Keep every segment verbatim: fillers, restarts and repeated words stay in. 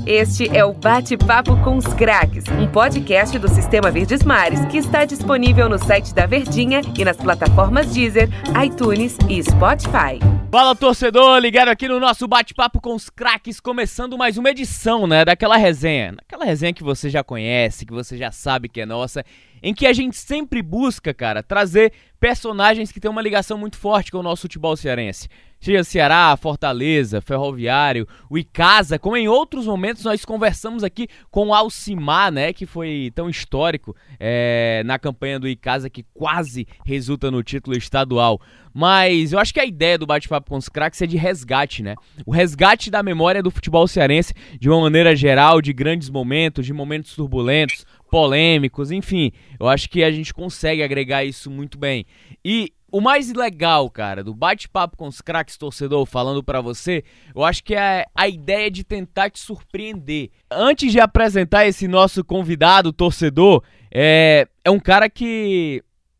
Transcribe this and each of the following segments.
Este é o Bate-Papo com os Craques, um podcast do Sistema Verdes Mares que está disponível no site da Verdinha e nas plataformas Deezer, iTunes e Spotify. Fala, torcedor, ligado aqui no nosso Bate-Papo com os Craques, começando mais uma edição, né, daquela resenha, aquela resenha que você já conhece, que você já sabe que é nossa, em que a gente sempre busca, cara, trazer personagens que têm uma ligação muito forte com o nosso futebol cearense. Seja Ceará, Fortaleza, Ferroviário, o Icasa, como em outros momentos nós conversamos aqui com o Alcimar, né, que foi tão histórico é, na campanha do Icasa, que quase resulta no título estadual. Mas eu acho que a ideia do Bate-Papo com os Craques é de resgate, né? O resgate da memória do futebol cearense de uma maneira geral, de grandes momentos, de momentos turbulentos, polêmicos, enfim. Eu acho que a gente consegue agregar isso muito bem. E o mais legal, cara, do Bate-Papo com os Craques, torcedor, falando pra você, eu acho que é a ideia de tentar te surpreender. Antes de apresentar esse nosso convidado, torcedor, é, é um cara que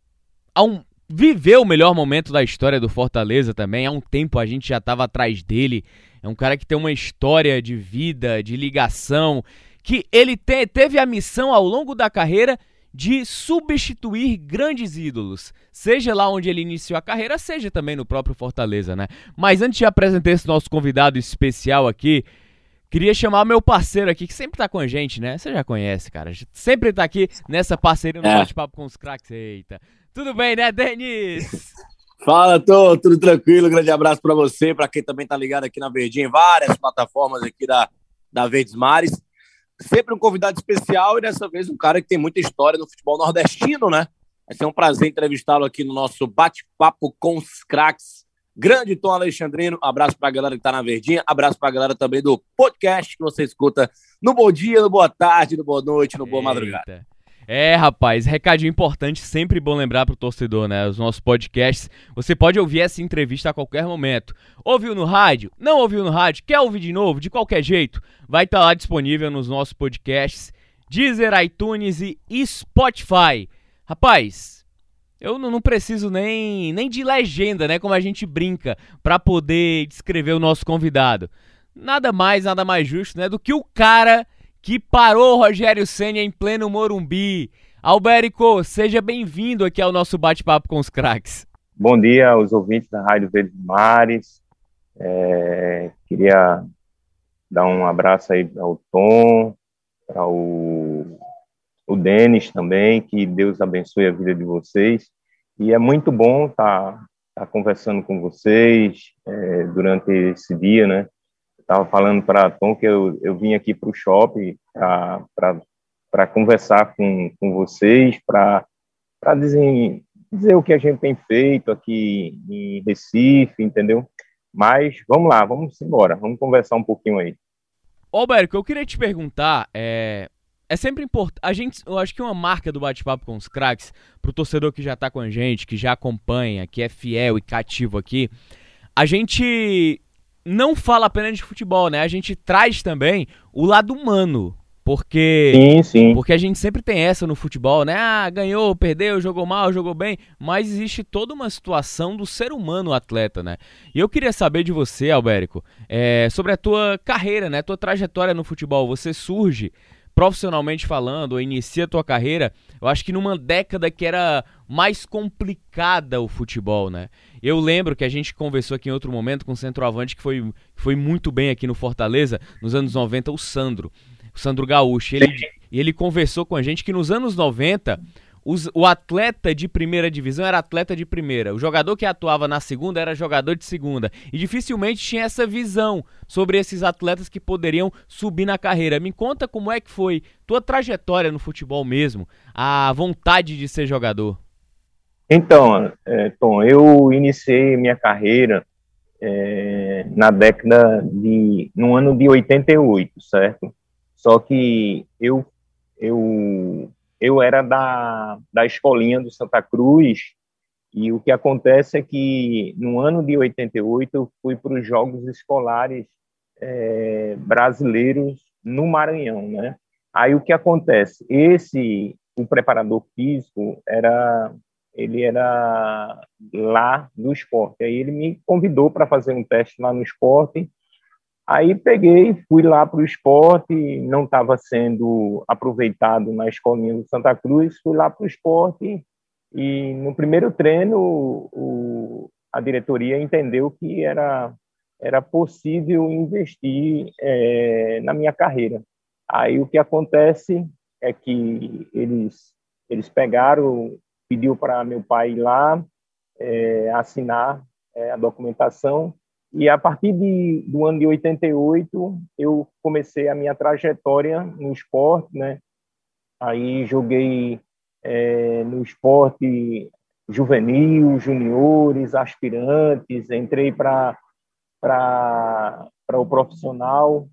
há um, viveu o melhor momento da história do Fortaleza também. Há um tempo a gente já estava atrás dele. É um cara que tem uma história de vida, de ligação, que ele te, teve a missão ao longo da carreira de substituir grandes ídolos, seja lá onde ele iniciou a carreira, seja também no próprio Fortaleza, né? Mas antes de apresentar esse nosso convidado especial aqui, queria chamar meu parceiro aqui, que sempre tá com a gente, né? Você já conhece, cara, sempre tá aqui nessa parceria no é. Bate-Papo com os Craques. Eita, tudo bem, né, Denis? Fala, tô, tudo tranquilo, grande abraço pra você, pra quem também tá ligado aqui na Verdinha, em várias plataformas aqui da, da Verdes Mares. Sempre um convidado especial e dessa vez um cara que tem muita história no futebol nordestino, né? Vai ser um prazer entrevistá-lo aqui no nosso Bate-Papo com os Craques. Grande Tom Alexandrino, abraço pra galera que tá na Verdinha, abraço pra galera também do podcast que você escuta no Bom Dia, no Boa Tarde, no Boa Noite, no Boa Madrugada. É, rapaz, recadinho importante, sempre bom lembrar pro torcedor, né? Os nossos podcasts, você pode ouvir essa entrevista a qualquer momento. Ouviu no rádio? Não ouviu no rádio? Quer ouvir de novo? De qualquer jeito, vai estar lá disponível nos nossos podcasts, Deezer, iTunes e Spotify. Rapaz, eu não preciso nem, nem de legenda, né? Como a gente brinca, pra poder descrever o nosso convidado. Nada mais, nada mais justo, né? Do que o cara que parou o Rogério Ceni em pleno Morumbi. Albérico, seja bem-vindo aqui ao nosso Bate-Papo com os Craques. Bom dia aos ouvintes da Rádio Verdes Mares. É, queria dar um abraço aí ao Tom, para o, o Denis também, que Deus abençoe a vida de vocês. E é muito bom estar tá, tá conversando com vocês é, durante esse dia, né? Estava falando para Tom que eu, eu vim aqui para o shopping para conversar com, com vocês, para dizer, dizer o que a gente tem feito aqui em Recife, entendeu? Mas vamos lá, vamos embora, vamos conversar um pouquinho aí. Ô, Bérico, eu queria te perguntar, é, é sempre importante, a gente, eu acho que uma marca do Bate-Papo com os Craques, para o torcedor que já está com a gente, que já acompanha, que é fiel e cativo aqui, a gente não fala apenas de futebol, né? A gente traz também o lado humano, porque, sim, sim. porque a gente sempre tem essa no futebol, né? Ah, ganhou, perdeu, jogou mal, jogou bem, mas existe toda uma situação do ser humano atleta, né? E eu queria saber de você, Albérico, é, sobre a tua carreira, né? Tua trajetória no futebol. Você surge, profissionalmente falando, ou inicia a tua carreira, eu acho que numa década que era mais complicada o futebol, né? Eu lembro que a gente conversou aqui em outro momento com um centroavante que foi, foi muito bem aqui no Fortaleza, nos anos noventa, o Sandro, o Sandro Gaúcho. Ele, ele conversou com a gente que nos anos noventa, os, o atleta de primeira divisão era atleta de primeira, o jogador que atuava na segunda era jogador de segunda, e dificilmente tinha essa visão sobre esses atletas que poderiam subir na carreira. Me conta como é que foi tua trajetória no futebol mesmo, a vontade de ser jogador. Então, é, Tom, eu iniciei minha carreira é, na década de, no ano de oitenta e oito, certo? Só que eu, eu, eu era da, da escolinha do Santa Cruz, e o que acontece é que no ano de oitenta e oito eu fui para os Jogos Escolares é, brasileiros no Maranhão, né? Aí o que acontece? Esse, o preparador físico era... ele era lá do esporte. Aí ele me convidou para fazer um teste lá no esporte Aí peguei, fui lá para o esporte, não estava sendo aproveitado na escolinha do Santa Cruz, fui lá para o esporte e no primeiro treino o, a diretoria entendeu que era, era possível investir é, na minha carreira. Aí o que acontece é que eles, eles pegaram, pediu para meu pai ir lá é, assinar é, a documentação. E a partir de, do ano de oitenta e oito, eu comecei a minha trajetória no esporte, né? Aí joguei é, no esporte juvenil, juniores, aspirantes, entrei para para o profissional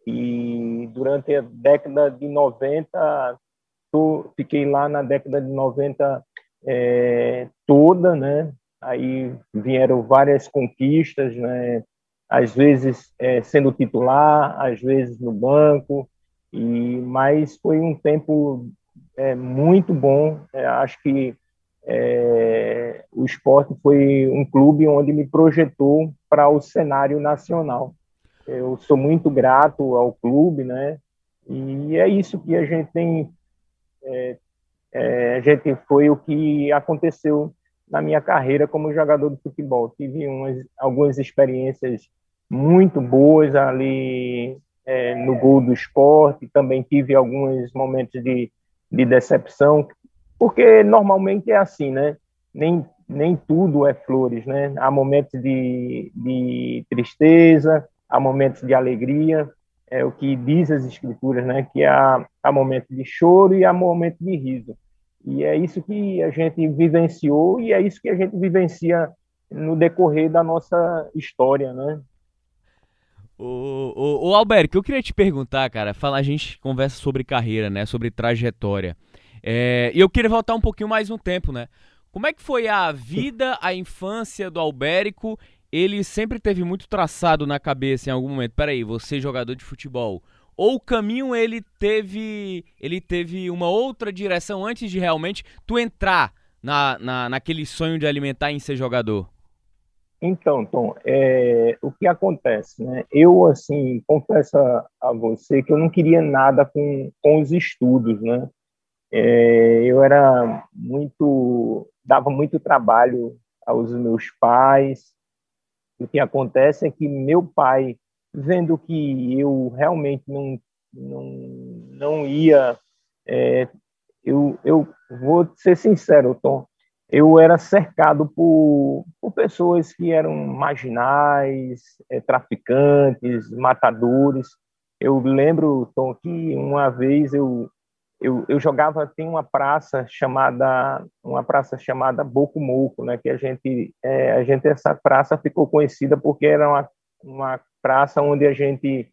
e durante a década de noventa, tô, fiquei lá na década de noventa é, toda, né? Aí vieram várias conquistas, né? Às vezes é, sendo titular, às vezes no banco, e mas foi um tempo é, muito bom. É, acho que é, o esporte foi um clube onde me projetou para o cenário nacional. Eu sou muito grato ao clube, né? E é isso que a gente tem. É, é, a gente foi o que aconteceu na minha carreira como jogador de futebol. Tive umas, algumas experiências muito boas ali é, no gol do esporte, também tive alguns momentos de, de decepção, porque normalmente é assim, né? Nem, nem tudo é flores, né? Há momentos de, de tristeza, há momentos de alegria, é o que diz as escrituras, né? Que há, há momentos de choro e há momentos de riso. E é isso que a gente vivenciou e é isso que a gente vivencia no decorrer da nossa história, né? Ô, ô, ô Alberto, eu queria te perguntar, cara, fala, a gente conversa sobre carreira, né, sobre trajetória, é, e eu queria voltar um pouquinho mais no tempo, né, como é que foi a vida, a infância do Albérico? Ele sempre teve muito traçado na cabeça em algum momento, peraí, você jogador de futebol, ou o caminho ele teve, ele teve uma outra direção antes de realmente tu entrar na, na, naquele sonho de alimentar em ser jogador? Então, Tom, é, o que acontece, né? Eu, assim, confesso a, a você que eu não queria nada com, com os estudos, né? É, eu era muito, dava muito trabalho aos meus pais. O que acontece é que meu pai, vendo que eu realmente não, não, não ia, é, eu, eu vou ser sincero, Tom, eu era cercado por, por pessoas que eram marginais, é, traficantes, matadores. Eu lembro, Tom, que uma vez eu, eu, eu jogava, tem uma praça chamada uma praça chamada Boco Moco, né? Que a gente, é, a gente essa praça ficou conhecida porque era uma, uma praça onde a gente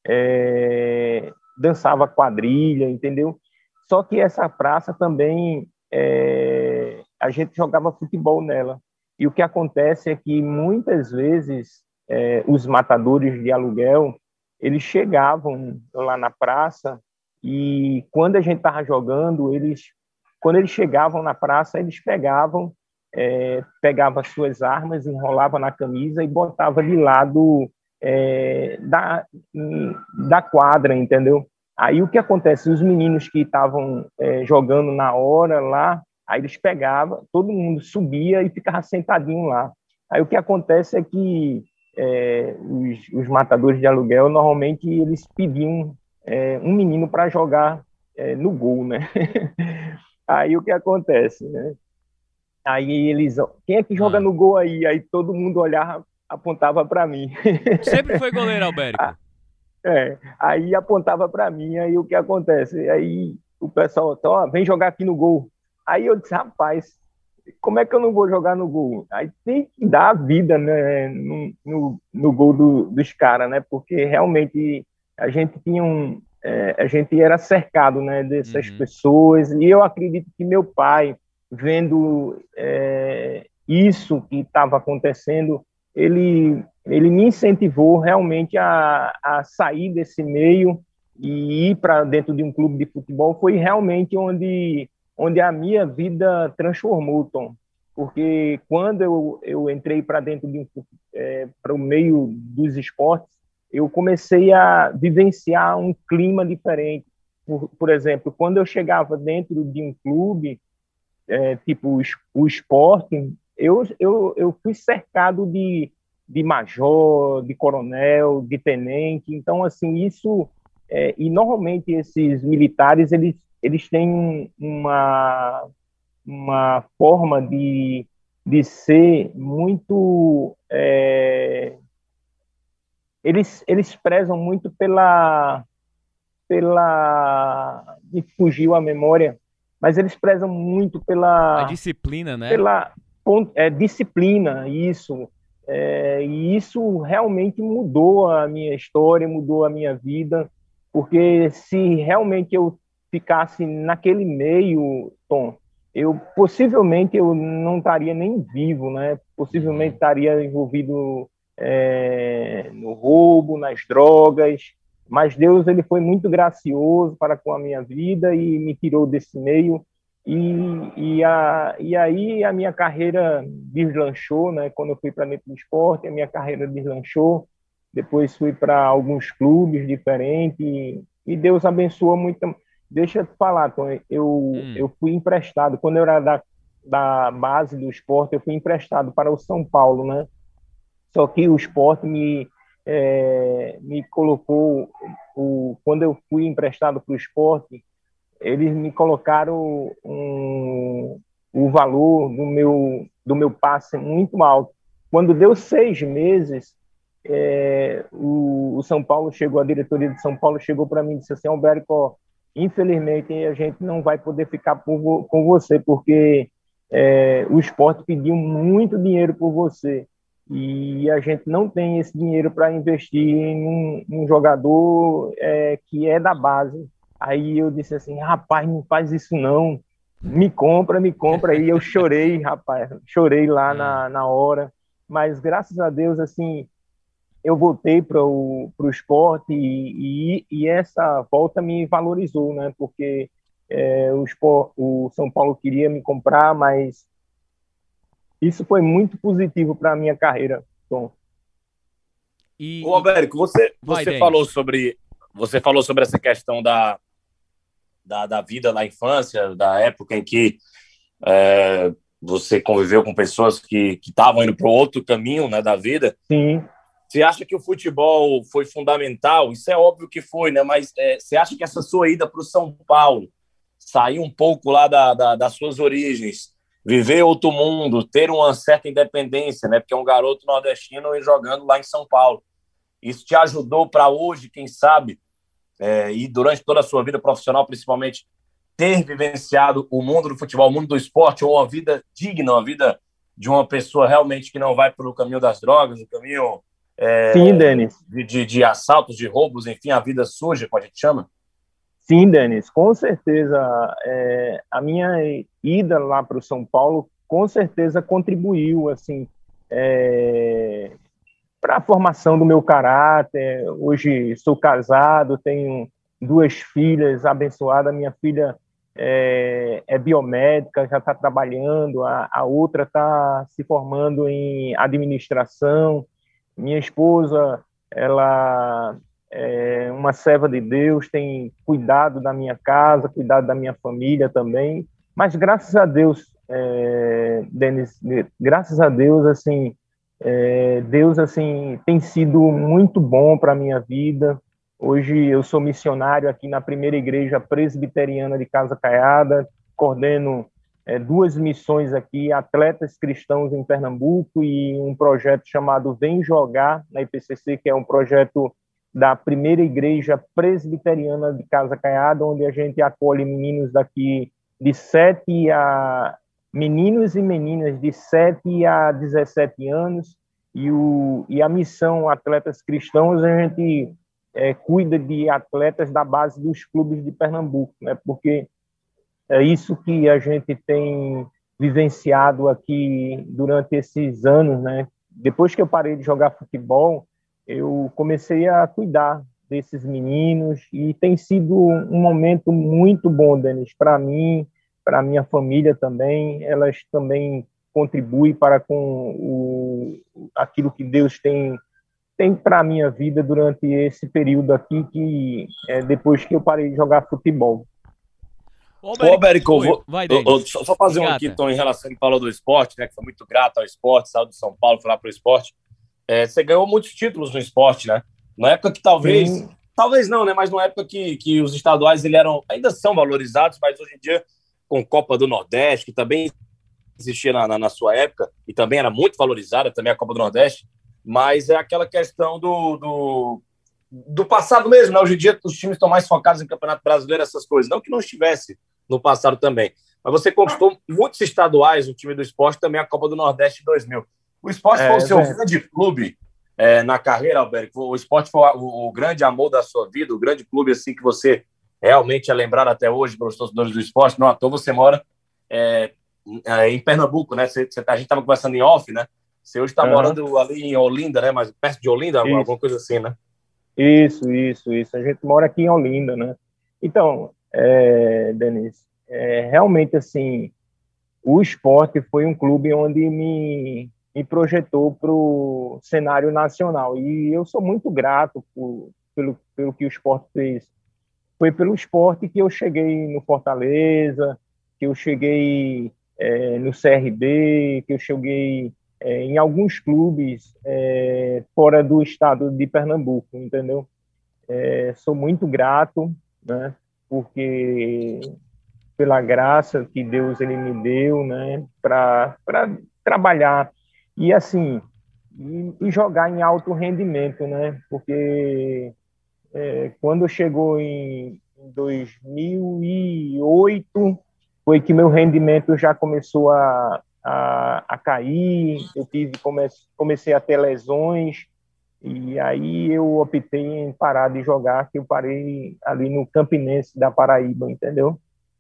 é, dançava quadrilha, entendeu? Só que essa praça também é, a gente jogava futebol nela. E o que acontece é que muitas vezes é, os matadores de aluguel eles chegavam lá na praça e quando a gente estava jogando, eles, quando eles chegavam na praça, eles pegavam, é, pegavam suas armas, enrolavam na camisa e botavam de lado é, da, da quadra, entendeu? Aí o que acontece? Os meninos que estavam é, jogando na hora lá, aí eles pegavam, todo mundo subia e ficava sentadinho lá. Aí o que acontece é que é, os, os matadores de aluguel, normalmente eles pediam é, um menino para jogar é, no gol, né? Aí o que acontece, né? Aí eles, quem é que joga Ah. no gol aí? Aí todo mundo olhava, apontava para mim. Sempre foi goleiro, Albérico? É, aí apontava para mim, aí o que acontece? Aí o pessoal, então, ó, vem jogar aqui no gol. Aí eu disse, rapaz, como é que eu não vou jogar no gol? Aí tem que dar a vida, né, no, no, no gol do, dos caras, né? Porque realmente a gente tinha um, é, a gente era cercado, né, dessas Uhum. pessoas. E eu acredito que meu pai, vendo é, isso que estava acontecendo, ele ele me incentivou realmente a, a sair desse meio e ir para dentro de um clube de futebol. Foi realmente onde onde a minha vida transformou, Tom. Porque quando eu, eu entrei para dentro de um, é, para o meio dos esportes, eu comecei a vivenciar um clima diferente. Por, por exemplo, quando eu chegava dentro de um clube, é, tipo o Sport, eu, eu, eu fui cercado de, de major, de coronel, de tenente. Então, assim, isso... É, e, normalmente, esses militares, eles, eles têm uma, uma forma de, de ser muito... É, eles, eles prezam muito pela... pela me fugiu a memória, mas eles prezam muito A pela disciplina, né? pela é, disciplina, isso. É, e isso realmente mudou a minha história, mudou a minha vida, porque se realmente eu ficasse naquele meio, Tom, eu possivelmente eu não estaria nem vivo, né? Possivelmente estaria envolvido é, no roubo, nas drogas, mas Deus, ele foi muito gracioso para com a minha vida e me tirou desse meio. E, e, a, e aí a minha carreira deslanchou, né? Quando eu fui para dentro do esporte, a minha carreira deslanchou. Depois fui para alguns clubes diferentes e, e Deus abençoou muito. Deixa eu te falar, Tom, eu, Hum. eu fui emprestado, quando eu era da, da base do esporte, eu fui emprestado para o São Paulo, né? Só que o esporte me, é, me colocou, o, quando eu fui emprestado para o esporte, eles me colocaram um, o valor do meu, do meu passe muito alto. Quando deu seis meses, é, o, o São Paulo chegou, a diretoria de São Paulo chegou para mim e disse assim: Alberto, infelizmente a gente não vai poder ficar por, com você, porque é, o esporte pediu muito dinheiro por você e a gente não tem esse dinheiro para investir num, num jogador é, que é da base. Aí eu disse assim: rapaz, não faz isso não, me compra, me compra. Aí eu chorei, rapaz, chorei lá na, na hora, mas graças a Deus, assim, eu voltei para o esporte e, e, e essa volta me valorizou, né? Porque é, o, Sport, o São Paulo queria me comprar, mas isso foi muito positivo para a minha carreira, Tom. E, Ô, Albérico, você, vai, você falou sobre você falou sobre essa questão da, da, da vida na infância, da época em que é, você conviveu com pessoas que estavam indo para outro caminho, né, da vida. Sim. Você acha que o futebol foi fundamental? Isso é óbvio que foi, né? Mas é, você acha que essa sua ida para o São Paulo, sair um pouco lá da, da, das suas origens, viver outro mundo, ter uma certa independência, né? Porque é um garoto nordestino e jogando lá em São Paulo. Isso te ajudou para hoje, quem sabe, é, e durante toda a sua vida profissional, principalmente, ter vivenciado o mundo do futebol, o mundo do esporte, ou uma vida digna, uma vida de uma pessoa realmente que não vai pelo caminho das drogas, o caminho é, Sim, Denis. De, de, de assaltos, de roubos, enfim, a vida suja, como a gente chama? Sim, Denis, com certeza. É, a minha ida lá para o São Paulo, com certeza contribuiu, assim, é, para a formação do meu caráter. Hoje sou casado, tenho duas filhas abençoadas. Minha filha é, é biomédica, já está trabalhando, a, a outra está se formando em administração. Minha esposa, ela é uma serva de Deus, tem cuidado da minha casa, cuidado da minha família também. Mas graças a Deus, é, Denis, graças a Deus, assim, é, Deus assim tem sido muito bom para a minha vida. Hoje eu sou missionário aqui na primeira igreja presbiteriana de Casa Caiada, coordeno é, duas missões aqui, atletas cristãos em Pernambuco, e um projeto chamado Vem Jogar, na I P C C, que é um projeto da primeira igreja presbiteriana de Casa Caiada, onde a gente acolhe meninos daqui de sete a... meninos e meninas de sete a dezessete anos, e, o, e a missão Atletas Cristãos, a gente é, cuida de atletas da base dos clubes de Pernambuco, né? Porque é isso que a gente tem vivenciado aqui durante esses anos, né? Depois que eu parei de jogar futebol, eu comecei a cuidar desses meninos e tem sido um momento muito bom, Denis, para mim, para minha família também. Elas também contribuem para com o, aquilo que Deus tem tem para a minha vida durante esse período aqui, que é depois que eu parei de jogar futebol. Ô, Berico, vou, vai, eu, eu, só, só fazer um Engata. aqui, Tom, em relação ao que falou do esporte, né? Que foi muito grato ao esporte, saiu de São Paulo, foi lá pro esporte. É, você ganhou muitos títulos no esporte, né? Na época que talvez, Sim. talvez não, né? Mas na época que, que os estaduais ele eram, ainda são valorizados, mas hoje em dia, com Copa do Nordeste, que também existia na, na, na sua época, e também era muito valorizada, também a Copa do Nordeste, mas é aquela questão do, do, do passado mesmo, né? Hoje em dia os times estão mais focados em Campeonato Brasileiro, essas coisas. Não que não estivesse no passado também. Mas você conquistou muitos estaduais, o time do esporte, também a Copa do Nordeste de dois mil. O esporte é, foi o seu é. grande clube é, na carreira, Alberto? O esporte foi o, o grande amor da sua vida, o grande clube assim que você realmente é lembrado até hoje pelos torcedores do esporte? Não à toa você mora é, em Pernambuco, né? Você, você, a gente estava conversando em off, né? Você hoje está uhum. morando ali em Olinda, né? Mas perto de Olinda, isso. alguma coisa assim, né? Isso, isso, isso. A gente mora aqui em Olinda, né? Então, é, Denise, é, realmente, assim, o esporte foi um clube onde me, me projetou para o cenário nacional. E eu sou muito grato por, pelo, pelo que o esporte fez. Foi pelo esporte que eu cheguei no Fortaleza, que eu cheguei é, no C R B, que eu cheguei é, em alguns clubes é, fora do estado de Pernambuco, entendeu? É, sou muito grato, né? Porque pela graça que Deus ele me deu, né, para para trabalhar e assim e, e jogar em alto rendimento, né? Porque é, quando chegou em, em dois mil e oito foi que meu rendimento já começou a, a, a cair, eu tive come, comecei a ter lesões. E aí eu optei em parar de jogar, que eu parei ali no Campinense da Paraíba, entendeu?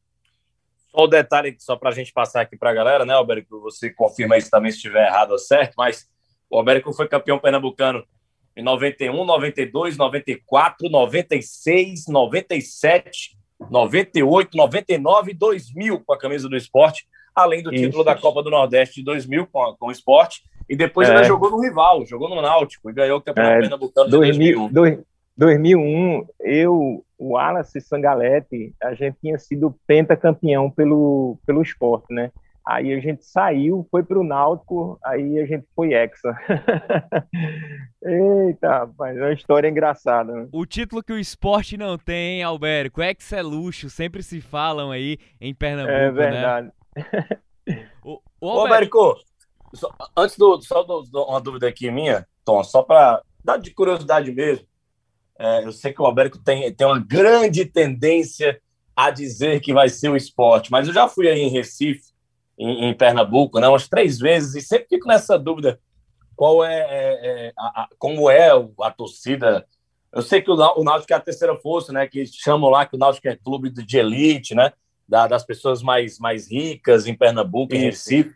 Só o detalhe, só para a gente passar aqui para a galera, né, Albérico? Você confirma isso também se estiver errado ou certo, mas o Albérico foi campeão pernambucano em noventa e um, noventa e dois, noventa e quatro, noventa e seis, noventa e sete, noventa e oito, noventa e nove e dois mil com a camisa do esporte, além do título isso. da Copa do Nordeste de dois mil com, a, com o esporte. E depois é. ainda jogou no rival, jogou no Náutico e ganhou o Campeonato é. Pernambucano de dois mil e um. dois mil e um, eu, o Wallace Sangalete, a gente tinha sido pentacampeão pelo, pelo esporte, né? Aí a gente saiu, foi para o Náutico, aí a gente foi hexa. Eita, rapaz, é uma história engraçada, né? O título que o esporte não tem, Albérico, hexa é luxo, sempre se falam aí em Pernambuco, é verdade. Né? o, o Ô, Albérico, só, antes do, só do, do, uma dúvida aqui minha, Tom, só para dar de curiosidade mesmo, é, eu sei que o Albérico tem, tem uma grande tendência a dizer que vai ser o esporte, mas eu já fui aí em Recife, em, em Pernambuco, né, umas três vezes, e sempre fico nessa dúvida, qual é, é, é a, a, como é a torcida. Eu sei que o, o Náutico é a terceira força, né, que chamam lá que o Náutico é clube de elite, né, da, das pessoas mais, mais ricas em Pernambuco, em Recife.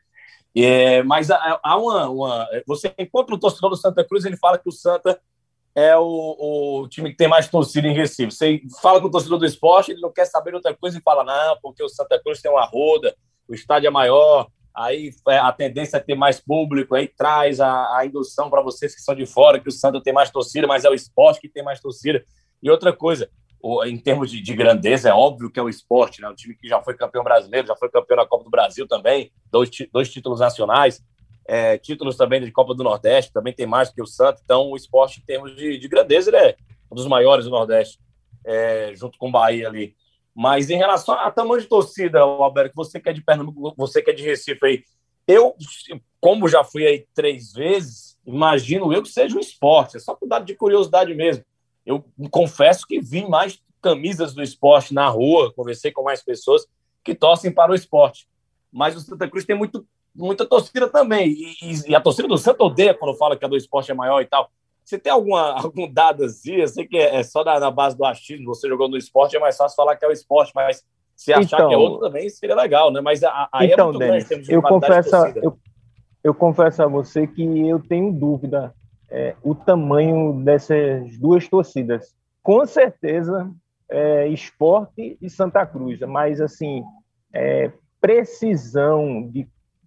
É, mas há, há uma, uma... Você encontra o torcedor do Santa Cruz, ele fala que o Santa é o, o time que tem mais torcida em Recife. Você fala com o torcedor do esporte, ele não quer saber de outra coisa e fala, não, porque o Santa Cruz tem uma roda, o estádio é maior, aí a tendência é ter mais público, aí traz a, a indução para vocês que são de fora, que o Santa tem mais torcida, mas é o esporte que tem mais torcida. E outra coisa, em termos de, de grandeza, é óbvio que é o esporte, né? Um time que já foi campeão brasileiro, já foi campeão da Copa do Brasil também, dois, dois títulos nacionais, é, títulos também de Copa do Nordeste, também tem mais do que o Santa. Então, o esporte, em termos de, de grandeza, ele é um dos maiores do Nordeste, é, junto com o Bahia ali. Mas em relação a tamanho de torcida, Alberto, você que é de Pernambuco, você que é de Recife aí, eu, como já fui aí três vezes, imagino eu que seja um esporte, é só por dado de curiosidade mesmo. Eu confesso que vi mais camisas do esporte na rua, conversei com mais pessoas que torcem para o esporte. Mas o Santa Cruz tem muito, muita torcida também. E, e, e a torcida do Santa odeia quando fala que a do esporte é maior e tal. Você tem alguma, algum dado assim? Eu sei que é, é só na, na base do achismo, você jogou no esporte, é mais fácil falar que é o esporte, mas se achar então, que é outro também seria legal, né? Mas aí então, é muito Dennis, grande em termos de eu qualidade confesso, de torcida. Eu, eu confesso a você que eu tenho dúvida É, o tamanho dessas duas torcidas. Com certeza, é, Esporte e Santa Cruz, mas, assim, é, precisão de,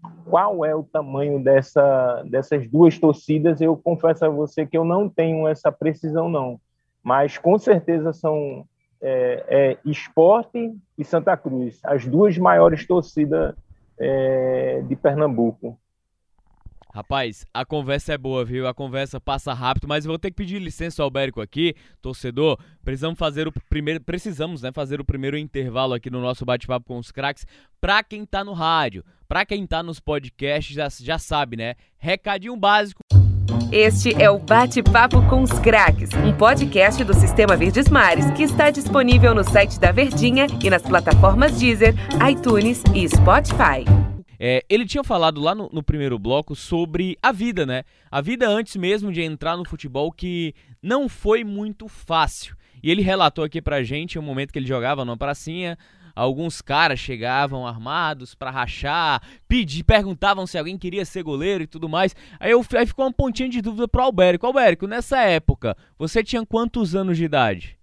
qual é o tamanho dessa, dessas duas torcidas, eu confesso a você que eu não tenho essa precisão, não. Mas, com certeza, são é, é, Sport e Santa Cruz, as duas maiores torcidas é, de Pernambuco. Rapaz, a conversa é boa, viu? A conversa passa rápido, mas eu vou ter que pedir licença ao Albérico aqui, torcedor. Precisamos fazer o primeiro, precisamos, né, fazer o primeiro intervalo aqui no nosso bate-papo com os craques. Pra quem tá no rádio, pra quem tá nos podcasts, já, já sabe, né? Recadinho básico. Este é o Bate-Papo com os Craques, um podcast do Sistema Verdes Mares que está disponível no site da Verdinha e nas plataformas Deezer, iTunes e Spotify. É, ele tinha falado lá no, no primeiro bloco sobre a vida, né? A vida antes mesmo de entrar no futebol, que não foi muito fácil. E ele relatou aqui pra gente o momento que ele jogava numa pracinha. Alguns caras chegavam armados pra rachar, pedir, perguntavam se alguém queria ser goleiro e tudo mais. Aí, eu, aí ficou uma pontinha de dúvida pro Albérico. Albérico, nessa época, você tinha quantos anos de idade?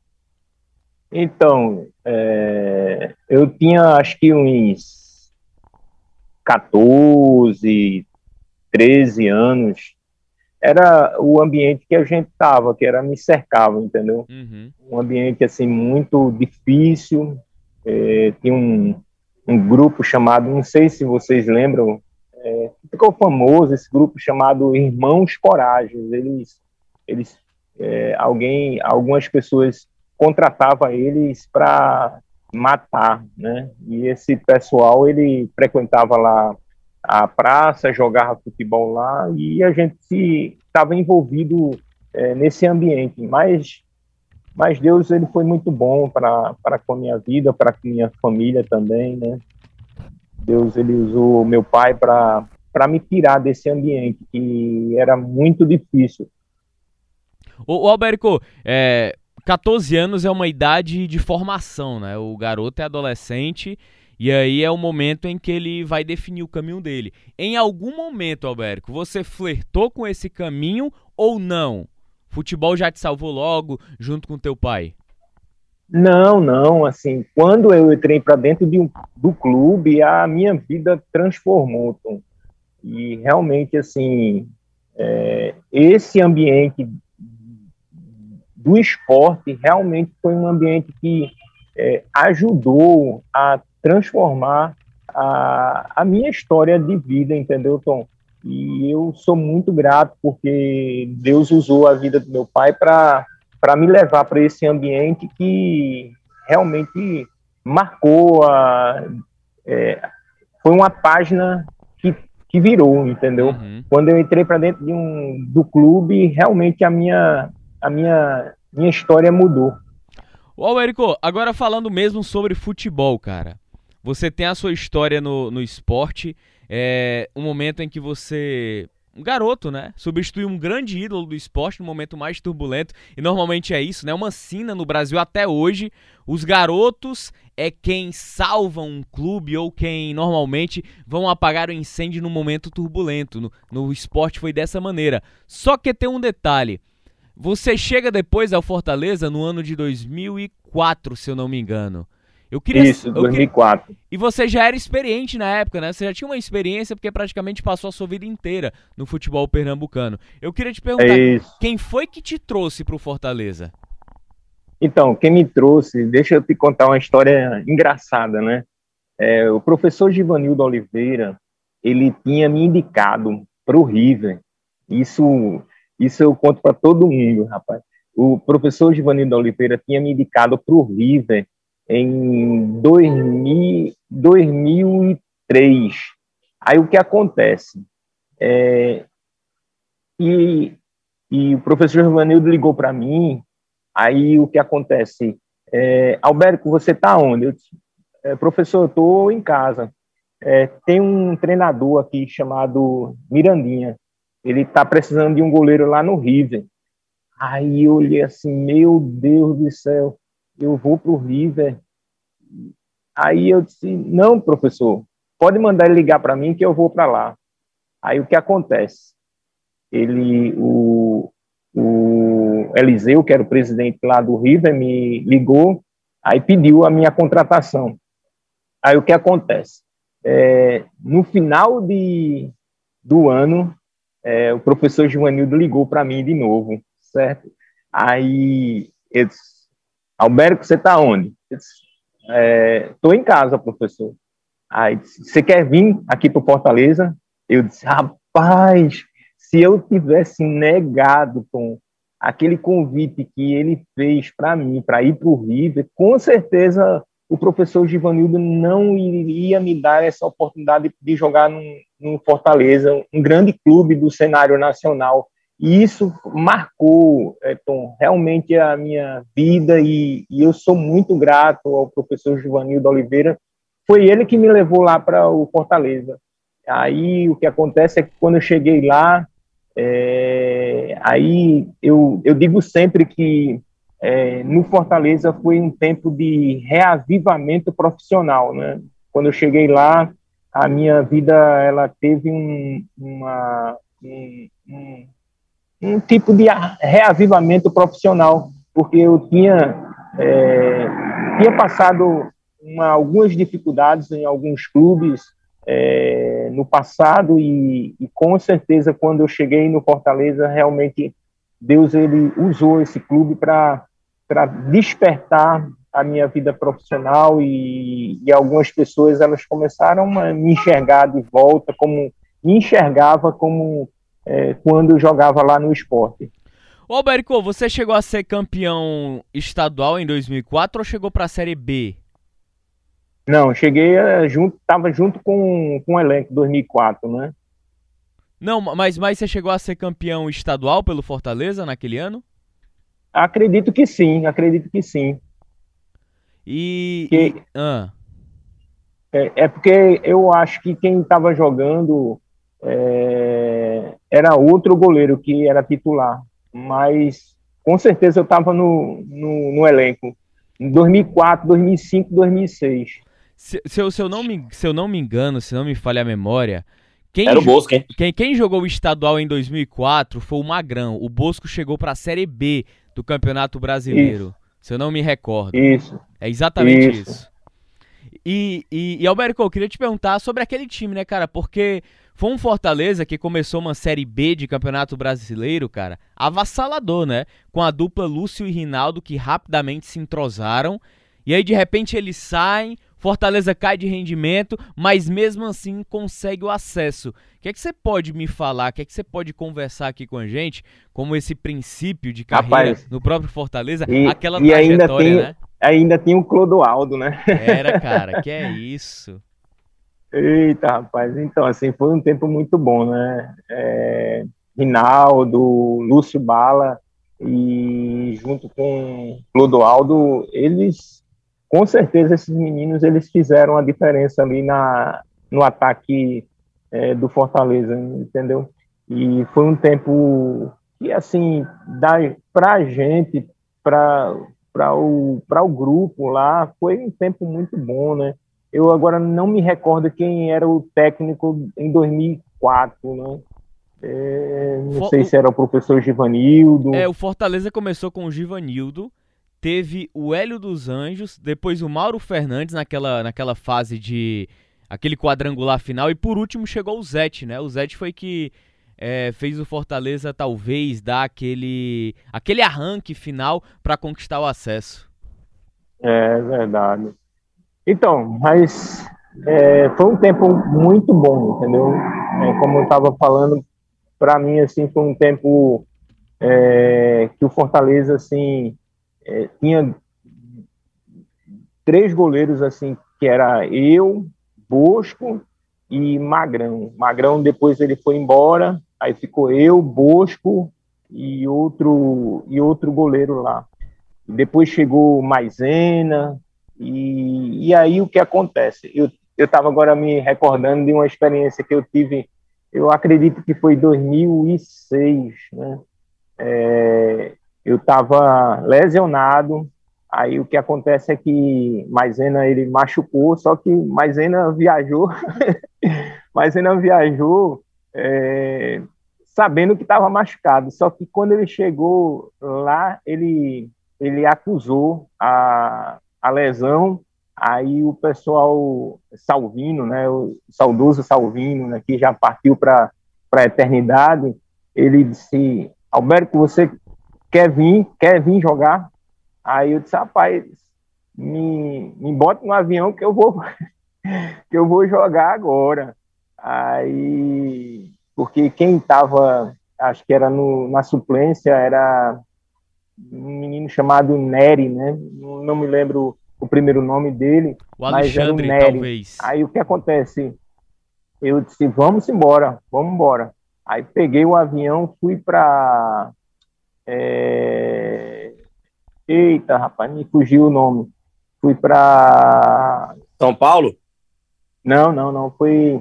Então, é, eu tinha acho que uns catorze, treze anos. Era o ambiente que a gente tava, que era me cercava, entendeu? Uhum. Um ambiente assim muito difícil. É, tinha um, um grupo chamado, não sei se vocês lembram, é, ficou famoso esse grupo chamado Irmãos Coragens. Eles, eles é, alguém, algumas pessoas contratavam eles para matar, né? E esse pessoal, ele frequentava lá a praça, jogava futebol lá, e a gente estava envolvido é, nesse ambiente. Mas, mas Deus, ele foi muito bom para com a minha vida, para com a minha família também, né? Deus, ele usou meu pai para para me tirar desse ambiente que era muito difícil. Ô, ô Albérico, é, catorze anos é uma idade de formação, né? O garoto é adolescente e aí é o momento em que ele vai definir o caminho dele. Em algum momento, Albérico, você flertou com esse caminho ou não? Futebol já te salvou logo junto com teu pai? Não, não, assim, quando eu entrei para dentro de um, do clube, a minha vida transformou, Tom. E realmente, assim, é, esse ambiente do esporte realmente foi um ambiente que é, ajudou a transformar a, a minha história de vida, entendeu, Tom? E eu sou muito grato porque Deus usou a vida do meu pai para para me levar para esse ambiente que realmente marcou, a, é, foi uma página que, que virou, entendeu? Uhum. Quando eu entrei para dentro de um, do clube, realmente a minha, a minha, minha história mudou. Ô, Érico, agora falando mesmo sobre futebol, cara. Você tem a sua história no, no esporte, é, um momento em que você... um garoto, né? Substitui um grande ídolo do esporte no momento mais turbulento. E normalmente é isso, né? Uma sina no Brasil até hoje. Os garotos é quem salvam um clube ou quem normalmente vão apagar o incêndio no momento turbulento. No, no esporte foi dessa maneira. Só que tem um detalhe. Você chega depois ao Fortaleza no ano de dois mil e quatro, se eu não me engano. Eu queria, Isso, dois mil e quatro. Eu queria... E você já era experiente na época, né? Você já tinha uma experiência porque praticamente passou a sua vida inteira no futebol pernambucano. Eu queria te perguntar, é quem foi que te trouxe pro Fortaleza? Então, quem me trouxe, deixa eu te contar uma história engraçada, né? É, o professor Givanildo Oliveira, ele tinha me indicado pro River. Isso, isso eu conto para todo mundo, rapaz. O professor Givanildo Oliveira tinha me indicado pro River em dois mil e três. Aí o que acontece? É, e, e o professor Givanildo ligou para mim. Aí o que acontece? É, Albérico, você está onde? Eu disse, é, professor, eu estou em casa. É, tem um treinador aqui chamado Mirandinha. Ele está precisando de um goleiro lá no River. Aí eu olhei assim, meu Deus do céu, eu vou para o River. Aí eu disse, não, professor, pode mandar ele ligar para mim que eu vou para lá. Aí o que acontece? Ele, o, o Eliseu, que era o presidente lá do River, me ligou, aí pediu a minha contratação. Aí o que acontece? é, no final de, do ano, é, o professor Givanildo ligou para mim de novo, certo? Aí, eu disse, Albérico, você está onde? Eu disse, estou em casa, professor. Aí, disse, você quer vir aqui para Fortaleza? Eu disse, rapaz, se eu tivesse negado, Tom, aquele convite que ele fez para mim, para ir para o River, com certeza o professor Givanildo não iria me dar essa oportunidade de jogar no, no Fortaleza, um grande clube do cenário nacional. E isso marcou, é, Tom, realmente a minha vida, e, e eu sou muito grato ao professor Givanildo Oliveira. Foi ele que me levou lá para o Fortaleza. Aí o que acontece é que quando eu cheguei lá, é, aí eu, eu digo sempre que é, no Fortaleza foi um tempo de reavivamento profissional, né? Quando eu cheguei lá, a minha vida ela teve um, uma, um, um, um tipo de reavivamento profissional, porque eu tinha, é, tinha passado uma, algumas dificuldades em alguns clubes é, no passado, e, e com certeza quando eu cheguei no Fortaleza, realmente Deus ele usou esse clube para para despertar a minha vida profissional, e, e algumas pessoas elas começaram a me enxergar de volta como me enxergava como é, quando eu jogava lá no Sport. Ô, Albérico, você chegou a ser campeão estadual em dois mil e quatro ou chegou para a Série B? Não, cheguei uh, junto, tava junto com, com o elenco dois mil e quatro, né? Não, mas, mas você chegou a ser campeão estadual pelo Fortaleza naquele ano? Acredito que sim, acredito que sim. E... Que, e ah. é, é porque eu acho que quem estava jogando é, era outro goleiro que era titular, mas com certeza eu estava no, no, no elenco. Em dois mil e quatro, dois mil e cinco, dois mil e seis. Se, se, eu, se, eu não me, se eu não me engano, se não me falha a memória, quem, Era o Bosco, hein? Quem, quem jogou o estadual em dois mil e quatro foi o Magrão. O Bosco chegou para a Série B do Campeonato Brasileiro, isso. Se eu não me recordo. Isso. É exatamente isso. isso. E, e, e Albérico, eu queria te perguntar sobre aquele time, né, cara? Porque foi um Fortaleza que começou uma Série B de Campeonato Brasileiro, cara, avassalador, né? Com a dupla Lúcio e Rinaldo, que rapidamente se entrosaram. E aí, de repente, eles saem, Fortaleza cai de rendimento, mas mesmo assim consegue o acesso. O que é que você pode me falar, o que é que você pode conversar aqui com a gente, como esse princípio de carreira Rapaz, no próprio Fortaleza, e, aquela e trajetória, ainda tem, né? Ainda tinha o Clodoaldo, né? Era, cara, que é isso. Eita, rapaz, então, assim, foi um tempo muito bom, né? É, Rinaldo, Lúcio Bala, e junto com Clodoaldo, eles, com certeza, esses meninos, eles fizeram a diferença ali na, no ataque é, do Fortaleza, entendeu? E foi um tempo que, assim, dá pra gente, pra, pra, o, pra o grupo lá, foi um tempo muito bom, né? Eu agora não me recordo quem era o técnico em dois mil e quatro, né? É, não For, sei se era o professor Givanildo. É, o Fortaleza começou com o Givanildo, teve o Hélio dos Anjos, depois o Mauro Fernandes naquela, naquela fase de aquele quadrangular final, e por último chegou o Zete, né? O Zete foi que é, fez o Fortaleza talvez dar aquele, aquele arranque final para conquistar o acesso. É verdade. Então, mas é, foi um tempo muito bom, entendeu? É, como eu estava falando, para mim, assim, foi um tempo é, que o Fortaleza, assim, é, tinha três goleiros, assim, que era eu, Bosco e Magrão. Magrão, depois ele foi embora, aí ficou eu, Bosco e outro, e outro goleiro lá. Depois chegou Maisena. E, e aí o que acontece? Eu eu estava agora me recordando de uma experiência que eu tive, eu acredito que foi em dois mil e seis, né? É, eu estava lesionado, aí o que acontece é que Maisena ele machucou, só que Maisena viajou, Maisena viajou é, sabendo que estava machucado, só que quando ele chegou lá, ele, ele acusou a a lesão Aí o pessoal, Salvino, né, o saudoso Salvino, né, que já partiu para a eternidade, ele disse: Alberto, você quer vir, quer vir jogar? Aí eu disse: rapaz, me, me bota no avião que eu vou que eu vou jogar agora. Aí, porque quem estava, acho que era no, na suplência, era um menino chamado Nery, né? Não, não me lembro o primeiro nome dele, O mas era o Alexandre, Nery. talvez. Aí o que acontece? Eu disse: vamos embora, vamos embora. Aí peguei o avião, fui para... É... Eita, rapaz, me fugiu o nome. Fui para... São Paulo? Não, não, não, foi...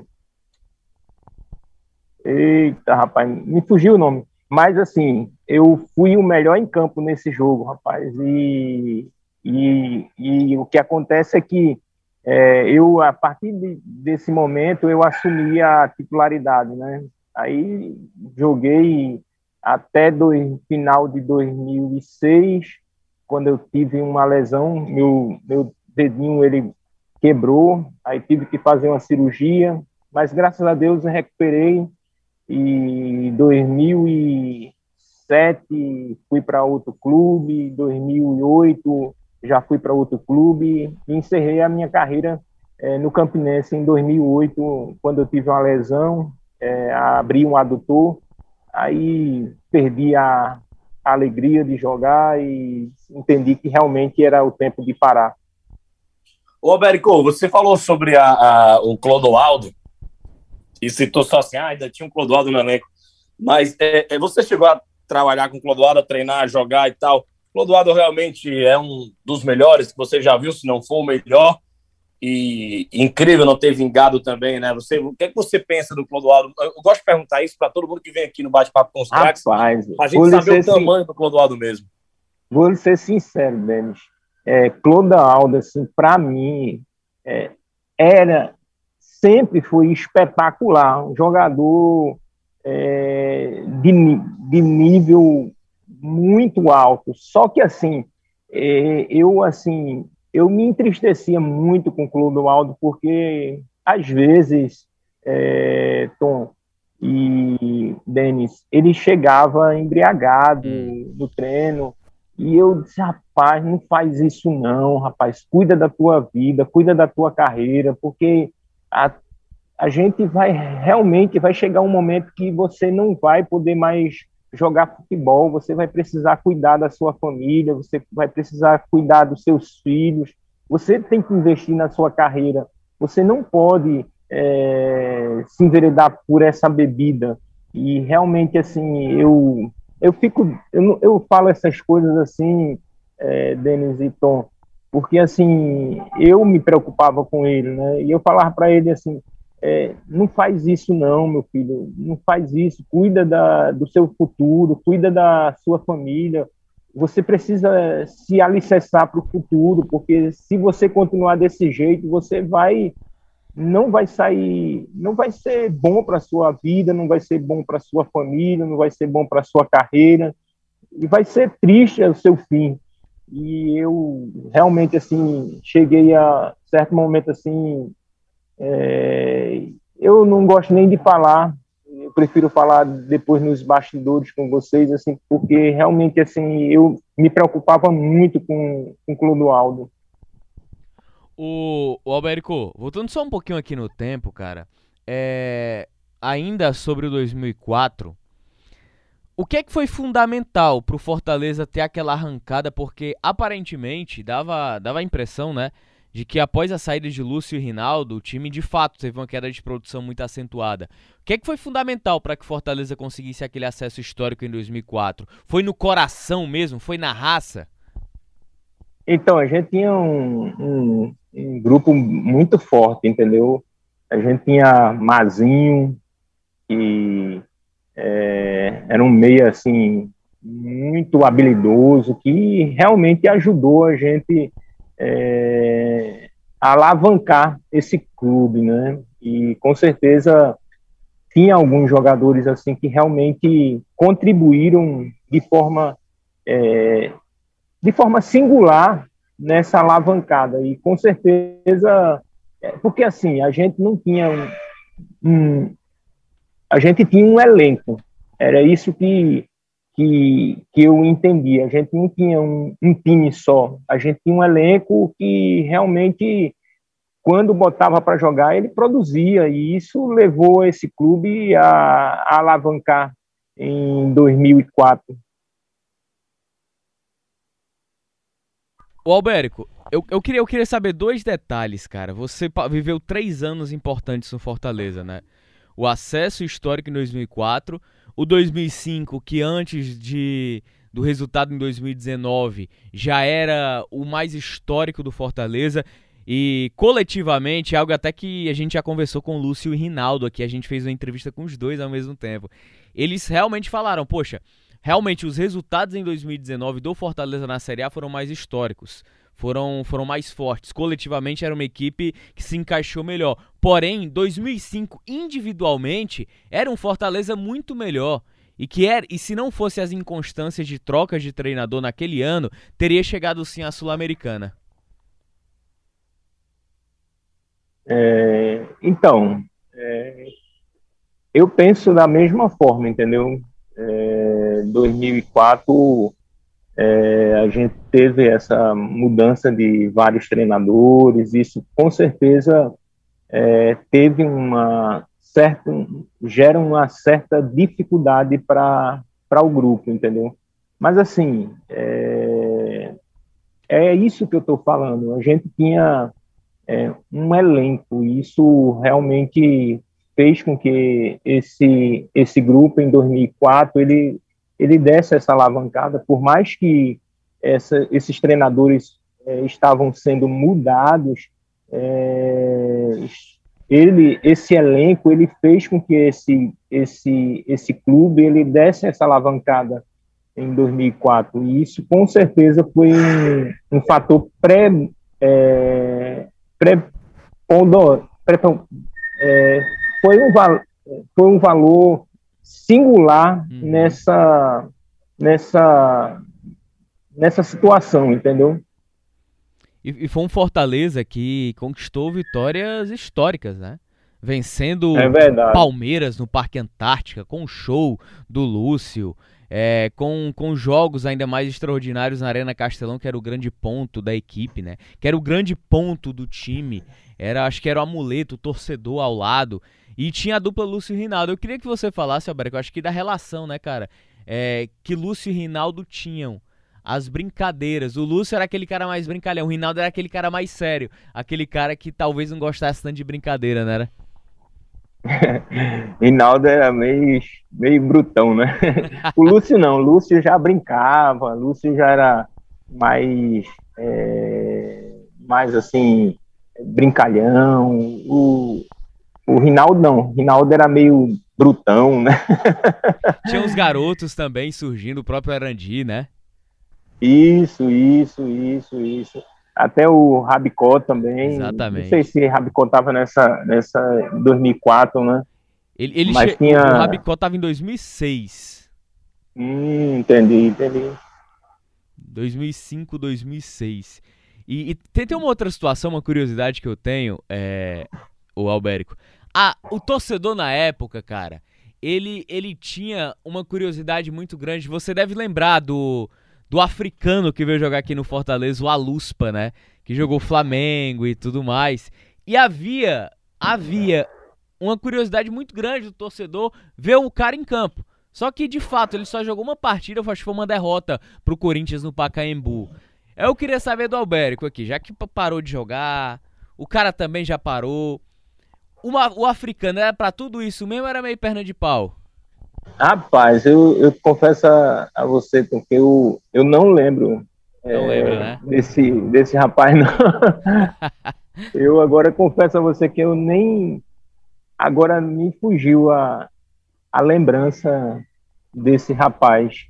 Eita, rapaz, me fugiu o nome. Mas, assim, eu fui o melhor em campo nesse jogo, rapaz. E, e, e o que acontece é que é, eu, a partir de, desse momento, eu assumi a titularidade, né? Aí joguei até do final de dois mil e seis, quando eu tive uma lesão, meu, meu dedinho ele quebrou, aí tive que fazer uma cirurgia, mas graças a Deus eu recuperei. E em dois mil e sete fui para outro clube, em dois mil e oito já fui para outro clube e encerrei a minha carreira é, no Campinense em dois mil e oito, quando eu tive uma lesão, é, abri um adutor, aí perdi a, a alegria de jogar e entendi que realmente era o tempo de parar. Ô, Alberico, você falou sobre a, a, o Clodoaldo e citou só assim, ah, ainda tinha um Clodoaldo no elenco. Mas é, você chegou a trabalhar com o Clodoaldo, a treinar, a jogar e tal. O Clodoaldo realmente é um dos melhores que você já viu, se não for o melhor. E incrível não ter vingado também, né? Você, o que é que você pensa do Clodoaldo? Eu gosto de perguntar isso para todo mundo que vem aqui no Bate-Papo com os Craques, a gente saber o tamanho sim, do Clodoaldo mesmo. Vou ser sincero, Denis. É, Clodoaldo, assim, para mim, é, era, sempre foi espetacular. Um jogador é, de, de nível muito alto. Só que, assim, é, eu, assim... eu me entristecia muito com o Clodoaldo, porque, às vezes, é, Tom e Denis, ele chegava embriagado hum. no treino, e eu disse: rapaz, não faz isso não, rapaz, cuida da tua vida, cuida da tua carreira, porque a, a gente vai, realmente, vai chegar um momento que você não vai poder mais jogar futebol, você vai precisar cuidar da sua família, você vai precisar cuidar dos seus filhos, você tem que investir na sua carreira, você não pode é, se enveredar por essa bebida. E realmente, assim, eu, eu fico, eu, eu falo essas coisas assim, é, Denis e Tom, porque, assim, eu me preocupava com ele, né, e eu falava para ele, assim, É, não faz isso não, meu filho, não faz isso, cuida da, do seu futuro, cuida da sua família, você precisa se alicerçar para o futuro, porque se você continuar desse jeito, você vai, não vai sair, não vai ser bom para a sua vida, não vai ser bom para a sua família, não vai ser bom para a sua carreira, e vai ser triste o seu fim. E eu realmente, assim, cheguei a certo momento, assim, É, eu não gosto nem de falar, eu prefiro falar depois nos bastidores com vocês, assim, porque realmente, assim, eu me preocupava muito com, com o Clodoaldo. O, o Alberico, voltando só um pouquinho aqui no tempo, cara, é, ainda sobre o dois mil e quatro, o que é que foi fundamental pro Fortaleza ter aquela arrancada? Porque aparentemente dava, dava a impressão, né, de que após a saída de Lúcio e Rinaldo, o time de fato teve uma queda de produção muito acentuada. O que é que foi fundamental para que Fortaleza conseguisse aquele acesso histórico em dois mil e quatro? Foi no coração mesmo? Foi na raça? Então, a gente tinha um, um, um grupo muito forte, entendeu? A gente tinha Mazinho, que é, era um meia, assim, muito habilidoso, que realmente ajudou a gente É, alavancar esse clube, né? E com certeza tinha alguns jogadores assim que realmente contribuíram de forma é, de forma singular nessa alavancada. E com certeza, porque assim, a gente não tinha um, um a gente tinha um elenco, era isso que, que, que eu entendi. A gente não tinha um, um time só, a gente tinha um elenco que realmente, quando botava para jogar, ele produzia, e isso levou esse clube a, a alavancar em dois mil e quatro. Ô Albérico, eu, eu, queria, eu queria saber dois detalhes, cara. Você viveu três anos importantes no Fortaleza, né? O acesso histórico em dois mil e quatro, o dois mil e cinco, que antes de, do resultado em dois mil e dezenove já era o mais histórico do Fortaleza, e coletivamente, algo até que a gente já conversou com o Lúcio e Rinaldo aqui, a gente fez uma entrevista com os dois ao mesmo tempo. Eles realmente falaram, poxa, realmente os resultados em dois mil e dezenove do Fortaleza na Série A foram mais históricos. Foram, foram mais fortes. Coletivamente era uma equipe que se encaixou melhor. Porém, dois mil e cinco, individualmente, era um Fortaleza muito melhor. E, que era, e se não fosse as inconstâncias de trocas de treinador naquele ano, teria chegado sim à Sul-Americana. É, então, é, eu penso da mesma forma, entendeu? É, dois mil e quatro... É, a gente teve essa mudança de vários treinadores, isso com certeza é, teve uma certa, gera uma certa dificuldade para o grupo, entendeu? Mas assim, é, é isso que eu estou falando, a gente tinha é, um elenco, e isso realmente fez com que esse, esse grupo em dois mil e quatro, ele ele desse essa alavancada, por mais que essa, esses treinadores é, estavam sendo mudados, é, ele, esse elenco, ele fez com que esse, esse, esse clube, ele desse essa alavancada em dois mil e quatro, e isso com certeza foi um, um fator pré, é, pré, pré, é, foi, um, foi um valor singular uhum. nessa, nessa, nessa situação, entendeu? E, e foi um Fortaleza que conquistou vitórias históricas, né? Vencendo é Palmeiras no Parque Antártica, com o show do Lúcio, é, com, com jogos ainda mais extraordinários na Arena Castelão, que era o grande ponto da equipe, né? Que era o grande ponto do time. Era, acho que era o amuleto, o torcedor ao lado. E tinha a dupla Lúcio e Rinaldo. Eu queria que você falasse, Albérico, eu acho que da relação, né, cara? É, que Lúcio e Rinaldo tinham. As brincadeiras. O Lúcio era aquele cara mais brincalhão. O Rinaldo era aquele cara mais sério. Aquele cara que talvez não gostasse tanto de brincadeira, né? Rinaldo era meio, meio brutão, né? O Lúcio não. O Lúcio já brincava. O Lúcio já era mais... É, mais, assim, brincalhão. O... O Rinaldo não, o Rinaldo era meio brutão, né? Tinha uns garotos também surgindo, o próprio Arandi, né? Isso, isso, isso, isso. Até o Rabicó também. Exatamente. Não sei se Rabicó tava nessa, nessa dois mil e quatro, né? Ele, ele Mas che... tinha... O Rabicó tava em dois mil e seis. Hum, entendi, entendi. dois mil e cinco, dois mil e seis. E, e tem, tem uma outra situação, uma curiosidade que eu tenho, é... o Albérico. Ah, o torcedor na época, cara, ele, ele tinha uma curiosidade muito grande. Você deve lembrar do, do africano que veio jogar aqui no Fortaleza, o Aluspa, né? Que jogou Flamengo e tudo mais. E havia, havia uma curiosidade muito grande do torcedor ver o cara em campo. Só que, de fato, ele só jogou uma partida, eu acho que foi uma derrota pro Corinthians no Pacaembu. Eu queria saber do Albérico aqui, já que parou de jogar, o cara também já parou. Uma, o africano era pra tudo isso mesmo ou era meio perna de pau? Rapaz, eu, eu confesso a, a você, porque eu, eu não lembro. Não é, lembro, né? Desse, desse rapaz, não. Eu agora confesso a você que eu nem... Agora me fugiu a, a lembrança desse rapaz.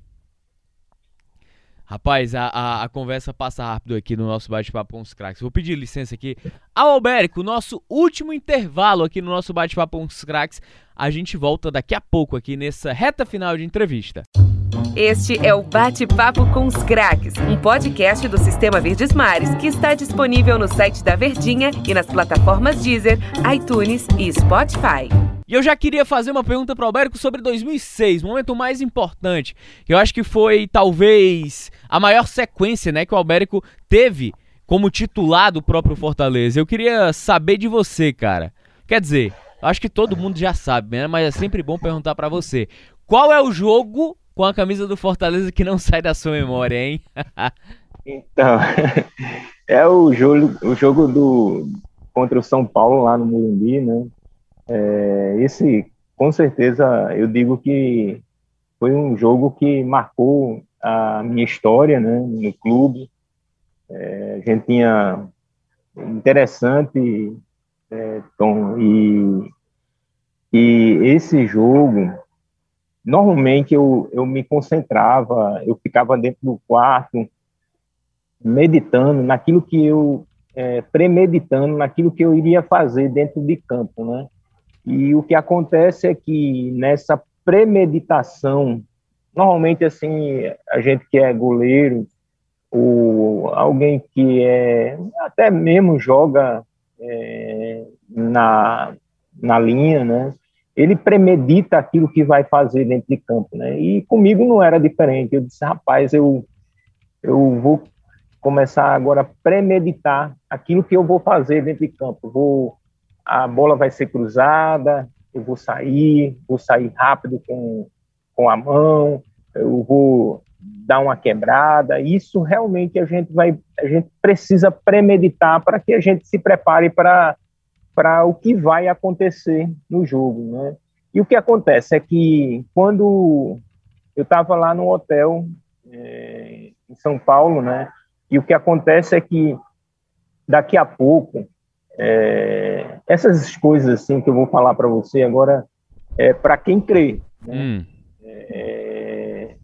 Rapaz, a, a, a conversa passa rápido aqui no nosso bate-papo com os craques. Vou pedir licença aqui ao Albérico, nosso último intervalo aqui no nosso bate-papo com os craques. A gente volta daqui a pouco aqui nessa reta final de entrevista. Este é o Bate-Papo com os Craques, um podcast do Sistema Verdes Mares que está disponível no site da Verdinha e nas plataformas Deezer, iTunes e Spotify. E eu já queria fazer uma pergunta para o Albérico sobre dois mil e seis, o momento mais importante. Eu acho que foi, talvez, a maior sequência, né, que o Albérico teve como titular do próprio Fortaleza. Eu queria saber de você, cara. Quer dizer, eu acho que todo mundo já sabe, né, mas é sempre bom perguntar para você. Qual é o jogo com a camisa do Fortaleza que não sai da sua memória, hein? Então, é o jogo, o jogo do, contra o São Paulo lá no Morumbi, né? É, esse, com certeza, eu digo que foi um jogo que marcou a minha história, né, no clube. É, a gente tinha interessante, é, Tom, e, e esse jogo, normalmente eu, eu me concentrava, eu ficava dentro do quarto, meditando naquilo que eu, é, premeditando naquilo que eu iria fazer dentro de campo, né? E o que acontece é que nessa premeditação, normalmente assim, a gente que é goleiro, ou alguém que é, até mesmo joga é, na, na linha, né? Ele premedita aquilo que vai fazer dentro de campo, né? E comigo não era diferente. Eu disse, rapaz, eu, eu vou começar agora a premeditar aquilo que eu vou fazer dentro de campo. Vou A bola vai ser cruzada, eu vou sair, vou sair rápido com, com a mão, eu vou dar uma quebrada. Isso realmente a gente vai, a gente precisa premeditar para que a gente se prepare para para o que vai acontecer no jogo, né? E o que acontece é que quando eu estava lá no hotel é, em São Paulo, né? E o que acontece é que daqui a pouco É, essas coisas assim que eu vou falar para você agora é para quem crê, né? Hum. É,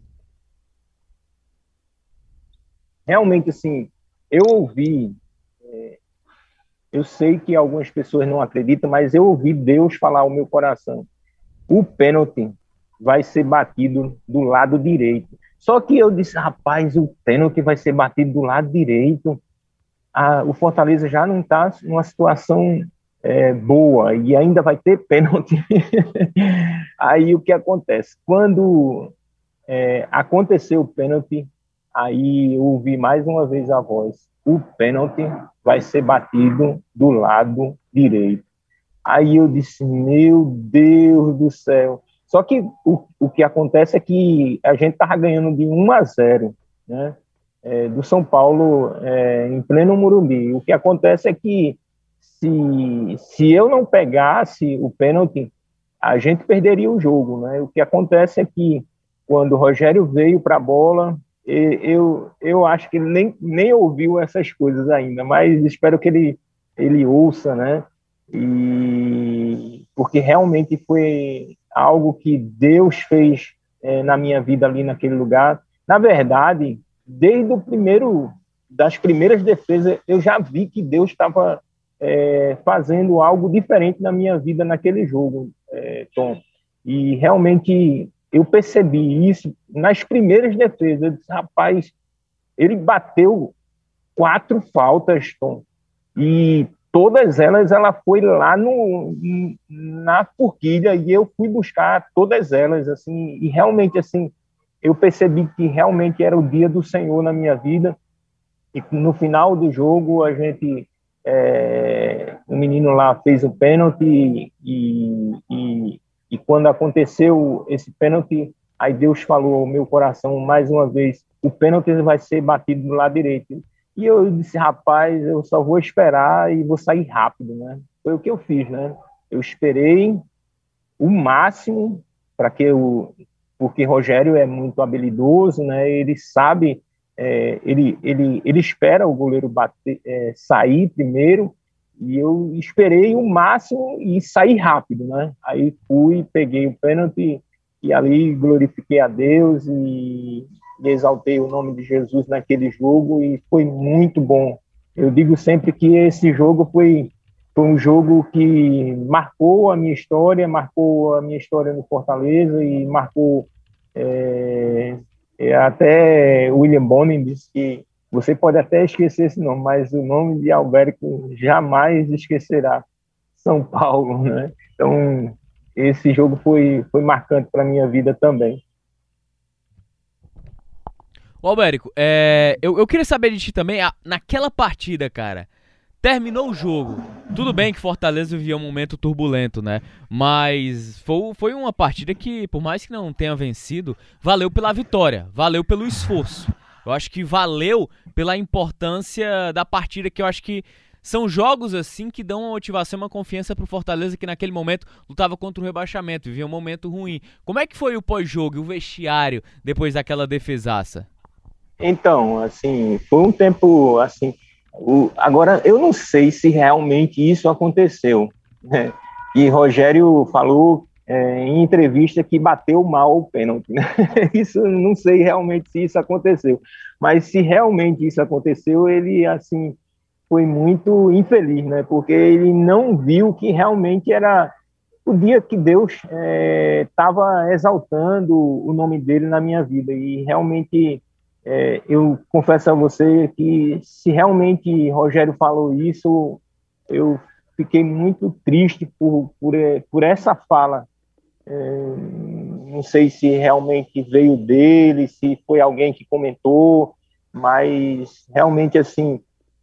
realmente assim, eu ouvi, é, eu sei que algumas pessoas não acreditam, mas eu ouvi Deus falar ao meu coração: o pênalti vai ser batido do lado direito. Só que eu disse, rapaz, o pênalti vai ser batido do lado direito. Ah, o Fortaleza já não está numa situação é, boa e ainda vai ter pênalti. Aí o que acontece? Quando é, aconteceu o pênalti, aí eu ouvi mais uma vez a voz: o pênalti vai ser batido do lado direito. Aí eu disse, meu Deus do céu. Só que o, o que acontece é que a gente estava ganhando de um a zero, né? É, do São Paulo é, em pleno Morumbi. O que acontece é que se, se eu não pegasse o pênalti, a gente perderia o jogo, né? O que acontece é que quando o Rogério veio para a bola, eu, eu acho que ele nem, nem ouviu essas coisas ainda, mas espero que ele, ele ouça, né? E, porque realmente foi algo que Deus fez é, na minha vida ali naquele lugar. Na verdade, desde o primeiro, das primeiras defesas, eu já vi que Deus estava é, fazendo algo diferente na minha vida naquele jogo, é, Tom. E realmente eu percebi isso nas primeiras defesas. Eu disse, rapaz, ele bateu quatro faltas, Tom, e todas elas, ela foi lá no, na forquilha, e eu fui buscar todas elas, assim, e realmente, assim, eu percebi que realmente era o dia do Senhor na minha vida. E no final do jogo, a gente, é, o menino lá fez o pênalti, e, e, e quando aconteceu esse pênalti, aí Deus falou ao meu coração mais uma vez: o pênalti vai ser batido do lado direito. E eu disse, rapaz, eu só vou esperar e vou sair rápido, né? Foi o que eu fiz, né? Eu esperei o máximo para que eu... porque Rogério é muito habilidoso, né? Ele sabe, é, ele, ele, ele espera o goleiro bater, é, sair primeiro, e eu esperei o máximo e saí rápido, né? Aí fui, peguei o pênalti e ali glorifiquei a Deus e, e exaltei o nome de Jesus naquele jogo, e foi muito bom. Eu digo sempre que esse jogo foi, foi um jogo que marcou a minha história, marcou a minha história no Fortaleza e marcou é, E até William Bonner disse que você pode até esquecer esse nome, mas o nome de Albérico jamais esquecerá São Paulo, né? Então, esse jogo foi, foi marcante para a minha vida também. Ô, Albérico, é, eu, eu queria saber de ti também, a, naquela partida, cara, terminou o jogo, tudo bem que Fortaleza vivia um momento turbulento, né, mas foi, foi uma partida que, por mais que não tenha vencido, valeu pela vitória, valeu pelo esforço. Eu acho que valeu pela importância da partida, que eu acho que são jogos assim que dão uma motivação e uma confiança pro Fortaleza, que naquele momento lutava contra o rebaixamento, vivia um momento ruim. Como é que foi o pós-jogo e o vestiário depois daquela defesaça? Então, assim, foi um tempo, assim, o, agora eu não sei se realmente isso aconteceu, né? E Rogério falou é, em entrevista que bateu mal o pênalti, né? Isso, eu não sei realmente se isso aconteceu, mas se realmente isso aconteceu, ele, assim, foi muito infeliz, né? Porque ele não viu que realmente era o dia que Deus estava é, exaltando o nome dele na minha vida, e realmente... É, eu confesso a você que se realmente Rogério falou isso, eu fiquei muito triste por, por, por essa fala. É, não sei se realmente veio dele, se foi alguém que comentou, mas realmente assim,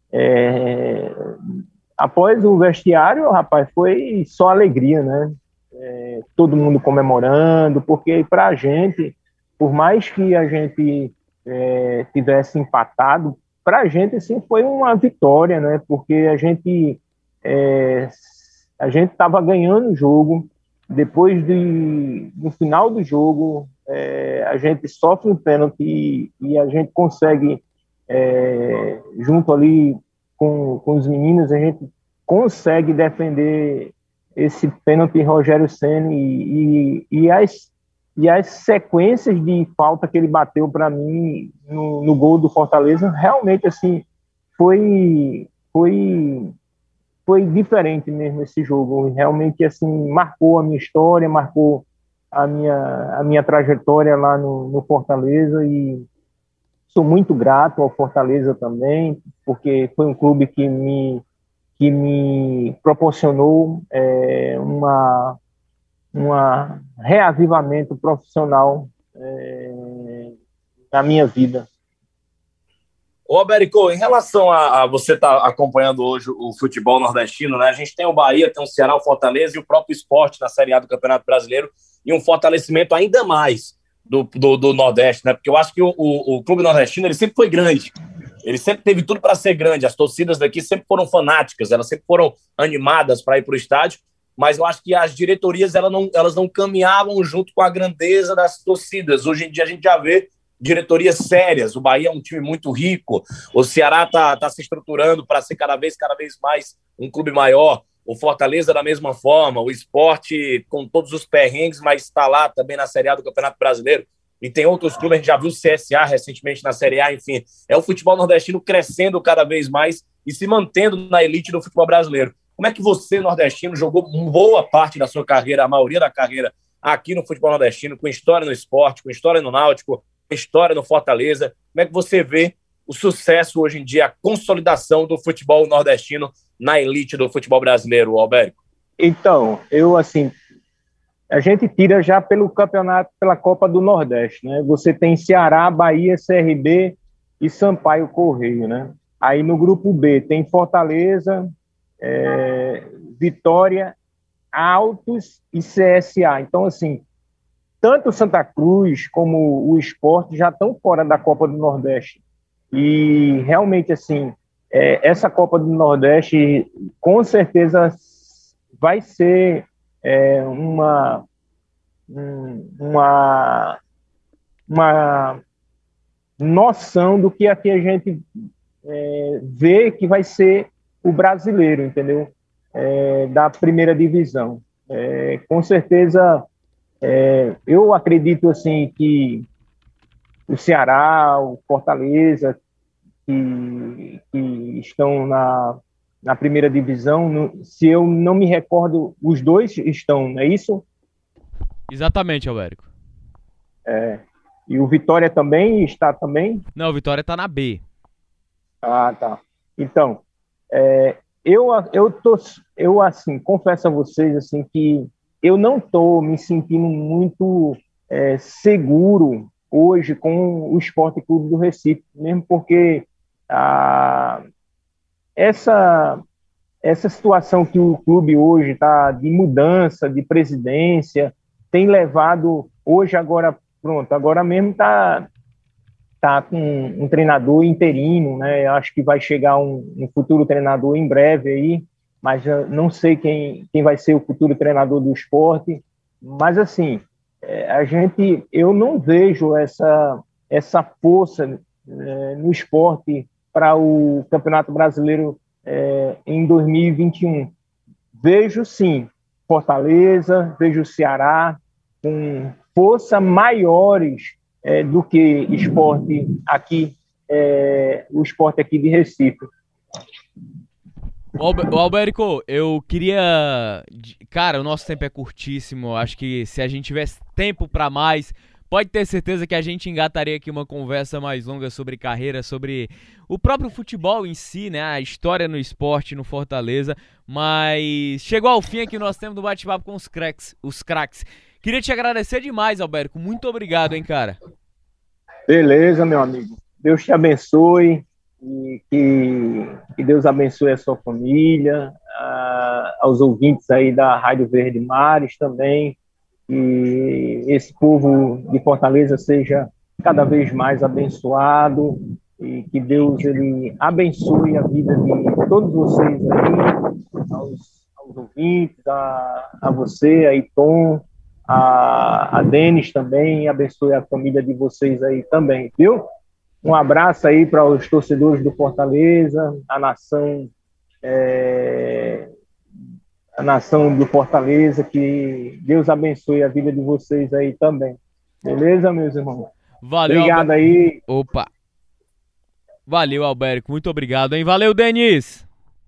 é, após o vestiário, rapaz, foi só alegria, né? É, todo mundo comemorando, porque para a gente, por mais que a gente É, tivesse empatado, para a gente assim, foi uma vitória, né? Porque a gente é, a gente estava ganhando o jogo, depois de, no final do jogo é, a gente sofre um pênalti e, e a gente consegue é, junto ali com, com os meninos, a gente consegue defender esse pênalti Rogério Ceni e, e, e as E as sequências de falta que ele bateu para mim no, no gol do Fortaleza, realmente assim, foi, foi, foi diferente mesmo esse jogo. Realmente assim, marcou a minha história, marcou a minha, a minha trajetória lá no, no Fortaleza, e sou muito grato ao Fortaleza também, porque foi um clube que me, que me proporcionou é, uma um reavivamento profissional é, na minha vida. Ô, Albérico, em relação a, a você estar tá acompanhando hoje o futebol nordestino, né? A gente tem o Bahia, tem o Ceará, o Fortaleza e o próprio Sport na Série A do Campeonato Brasileiro, e um fortalecimento ainda mais do, do, do Nordeste, né? Porque eu acho que o, o, o clube nordestino ele sempre foi grande, ele sempre teve tudo para ser grande, as torcidas daqui sempre foram fanáticas, elas sempre foram animadas para ir para o estádio, mas eu acho que as diretorias elas não, elas não caminhavam junto com a grandeza das torcidas. Hoje em dia a gente já vê diretorias sérias, o Bahia é um time muito rico, o Ceará está tá se estruturando para ser cada vez, cada vez mais um clube maior, o Fortaleza da mesma forma, o Sport com todos os perrengues, mas está lá também na Série A do Campeonato Brasileiro, e tem outros clubes, a gente já viu o C S A recentemente na Série A, enfim, é o futebol nordestino crescendo cada vez mais e se mantendo na elite do futebol brasileiro. Como é que você, nordestino, jogou boa parte da sua carreira, a maioria da carreira, aqui no futebol nordestino, com história no Sport, com história no Náutico, com história no Fortaleza? Como é que você vê o sucesso hoje em dia, a consolidação do futebol nordestino na elite do futebol brasileiro, Albérico? Então, eu, assim, a gente tira já pelo campeonato, pela Copa do Nordeste, né? Você tem Ceará, Bahia, C R B e Sampaio Correio, né? Aí no grupo B tem Fortaleza, É, Vitória, Altos e C S A. Então, assim, tanto Santa Cruz como o Sport já estão fora da Copa do Nordeste. E realmente, assim, é, essa Copa do Nordeste com certeza vai ser é, uma, uma, uma noção do que aqui a gente é, vê que vai ser o brasileiro, entendeu? É, da primeira divisão. É, com certeza, é, eu acredito assim que o Ceará, o Fortaleza, que, que estão na, na primeira divisão, no, se eu não me recordo, os dois estão, não é isso? Exatamente, Albérico. É, E o Vitória também está também? Não, o Vitória tá na B. Ah, tá. Então, é, eu, eu, tô, eu, assim, confesso a vocês, assim, que eu não estou me sentindo muito é, seguro hoje com o Sport Clube do Recife, mesmo porque a, essa, essa situação que o clube hoje está de mudança de presidência tem levado, hoje agora, pronto, agora mesmo está tá com um treinador interino, né? Eu acho que vai chegar um, um futuro treinador em breve aí, mas eu não sei quem, quem vai ser o futuro treinador do esporte, mas assim, a gente, eu não vejo essa, essa força é, no esporte para o Campeonato Brasileiro é, em dois mil e vinte e um. Vejo sim Fortaleza, vejo o Ceará com força maiores é, do que esporte aqui, é, o esporte aqui de Recife. Ô, Alberico, eu queria... Cara, o nosso tempo é curtíssimo. Acho que se a gente tivesse tempo para mais, pode ter certeza que a gente engataria aqui uma conversa mais longa sobre carreira, sobre o próprio futebol em si, né? A história no esporte, no Fortaleza. Mas chegou ao fim aqui o nosso tempo do bate-papo com os craques. Os craques. Queria te agradecer demais, Alberico. Muito obrigado, hein, cara? Beleza, meu amigo. Deus te abençoe. E que, que Deus abençoe a sua família, a, aos ouvintes aí da Rádio Verde Mares também, e esse povo de Fortaleza seja cada vez mais abençoado, e que Deus ele abençoe a vida de todos vocês aí, aos, aos ouvintes, a, a você aí, Tom, a, a Denis também, abençoe a família de vocês aí também, viu? Um abraço aí para os torcedores do Fortaleza, a nação, é, a nação do Fortaleza, que Deus abençoe a vida de vocês aí também. Beleza, meus irmãos? Valeu. Obrigado aí. Opa. Valeu, Alberico. Muito obrigado, hein? Valeu, Denis.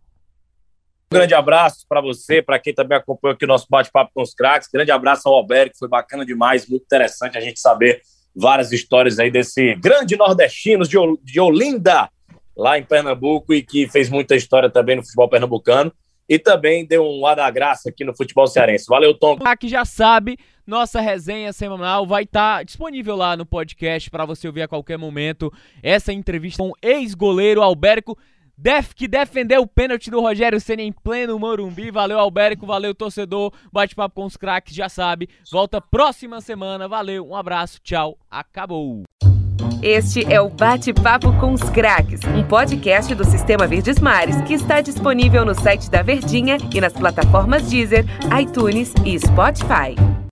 Um grande abraço para você, para quem também acompanhou aqui o nosso bate-papo com os craques. Grande abraço ao Alberico, foi bacana demais, muito interessante a gente saber várias histórias aí desse grande nordestino de, de Olinda, lá em Pernambuco, e que fez muita história também no futebol pernambucano e também deu um ar da graça aqui no futebol cearense. Valeu, Tom. Aqui já sabe, nossa resenha semanal vai estar tá disponível lá no podcast para você ouvir a qualquer momento. Essa entrevista com o ex-goleiro Alberico, Def, que defendeu o pênalti do Rogério Ceni em pleno Morumbi. Valeu, Alberico, valeu, torcedor. Bate-papo com os craques, já sabe. Volta próxima semana. Valeu, um abraço, tchau, acabou. Este é o Bate-Papo com os Craques, um podcast do Sistema Verdes Mares que está disponível no site da Verdinha e nas plataformas Deezer, iTunes e Spotify.